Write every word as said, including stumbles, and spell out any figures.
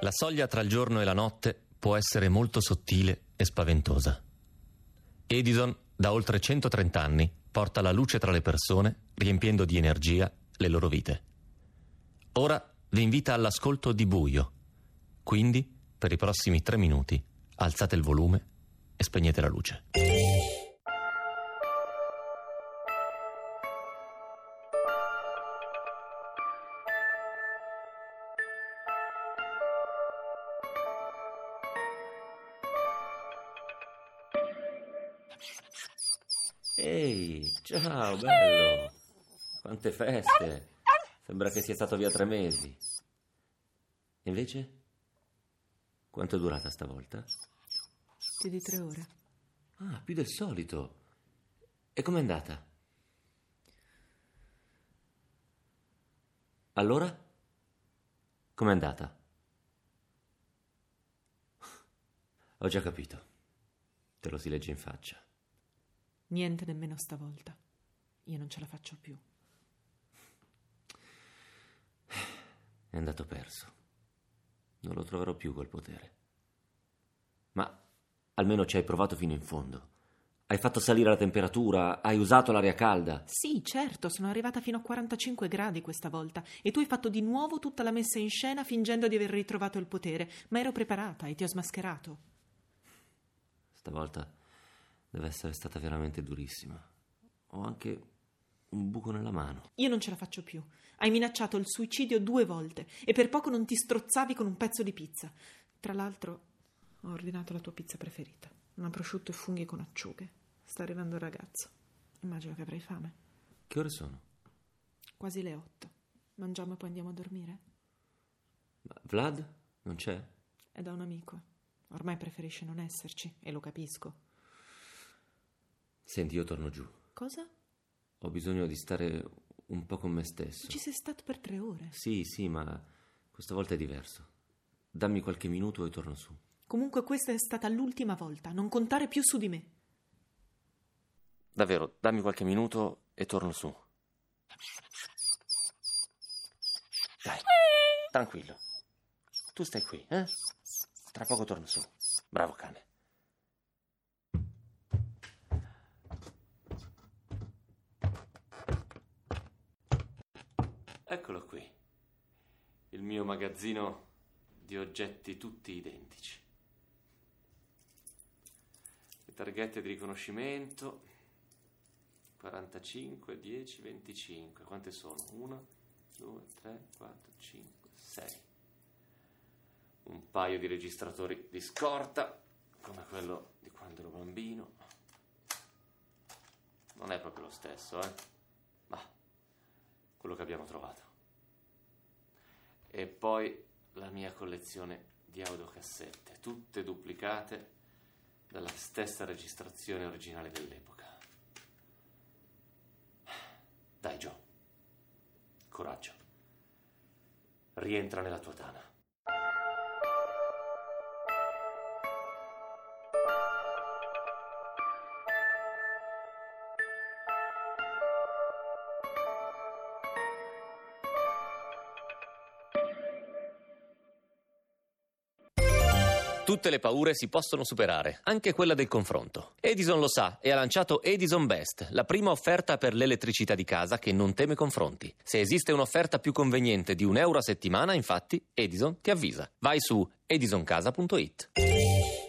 La soglia tra il giorno e la notte può essere molto sottile e spaventosa. Edison, da oltre centotrenta anni, porta la luce tra le persone, riempiendo di energia le loro vite. Ora vi invita all'ascolto di Buio. Quindi, per i prossimi tre minuti, alzate il volume e spegnete la luce. Ehi, ciao, bello! Quante feste! Sembra che sia stato via tre mesi. E invece? Quanto è durata stavolta? Più di tre ore. Ah, più del solito. E com'è andata? Allora? Com'è andata? Ho già capito. Te lo si legge in faccia. Niente nemmeno stavolta. Io non ce la faccio più. È andato perso. Non lo troverò più quel potere. Ma almeno ci hai provato fino in fondo. Hai fatto salire la temperatura, hai usato l'aria calda. Sì, certo, sono arrivata fino a quarantacinque gradi questa volta e tu hai fatto di nuovo tutta la messa in scena fingendo di aver ritrovato il potere, ma ero preparata e ti ho smascherato. Stavolta deve essere stata veramente durissima. Ho anche un buco nella mano. Io non ce la faccio più. Hai minacciato il suicidio due volte e per poco non ti strozzavi con un pezzo di pizza. Tra l'altro ho ordinato la tua pizza preferita, una prosciutto e funghi con acciughe. Sta arrivando il ragazzo. Immagino che avrai fame. Che ore sono? Quasi le otto. Mangiamo e poi andiamo a dormire? Ma Vlad non c'è? È da un amico. Ormai preferisce non esserci e lo capisco. Senti, io torno giù. Cosa? Ho bisogno di stare un po' con me stesso. Ci sei stato per tre ore. Sì, sì, ma questa volta è diverso. Dammi qualche minuto e torno su. Comunque questa è stata l'ultima volta. Non contare più su di me. Davvero, dammi qualche minuto e torno su. Dai, tranquillo. Tu stai qui, eh? Tra poco torno su. Bravo cane. Eccolo qui, il mio magazzino di oggetti tutti identici. Le targhette di riconoscimento, quarantacinque, dieci, venticinque. Quante sono? uno, due, tre, quattro, cinque, sei. Un paio di registratori di scorta, come quello di quando ero bambino. Non è proprio lo stesso, eh? Ma quello che abbiamo trovato. E poi la mia collezione di audiocassette, tutte duplicate dalla stessa registrazione originale dell'epoca. Dai, Joe, coraggio. Rientra nella tua tana. Tutte le paure si possono superare, anche quella del confronto. Edison lo sa e ha lanciato Edison Best, la prima offerta per l'elettricità di casa che non teme confronti. Se esiste un'offerta più conveniente di un euro a settimana, infatti, Edison ti avvisa. Vai su edison casa punto it.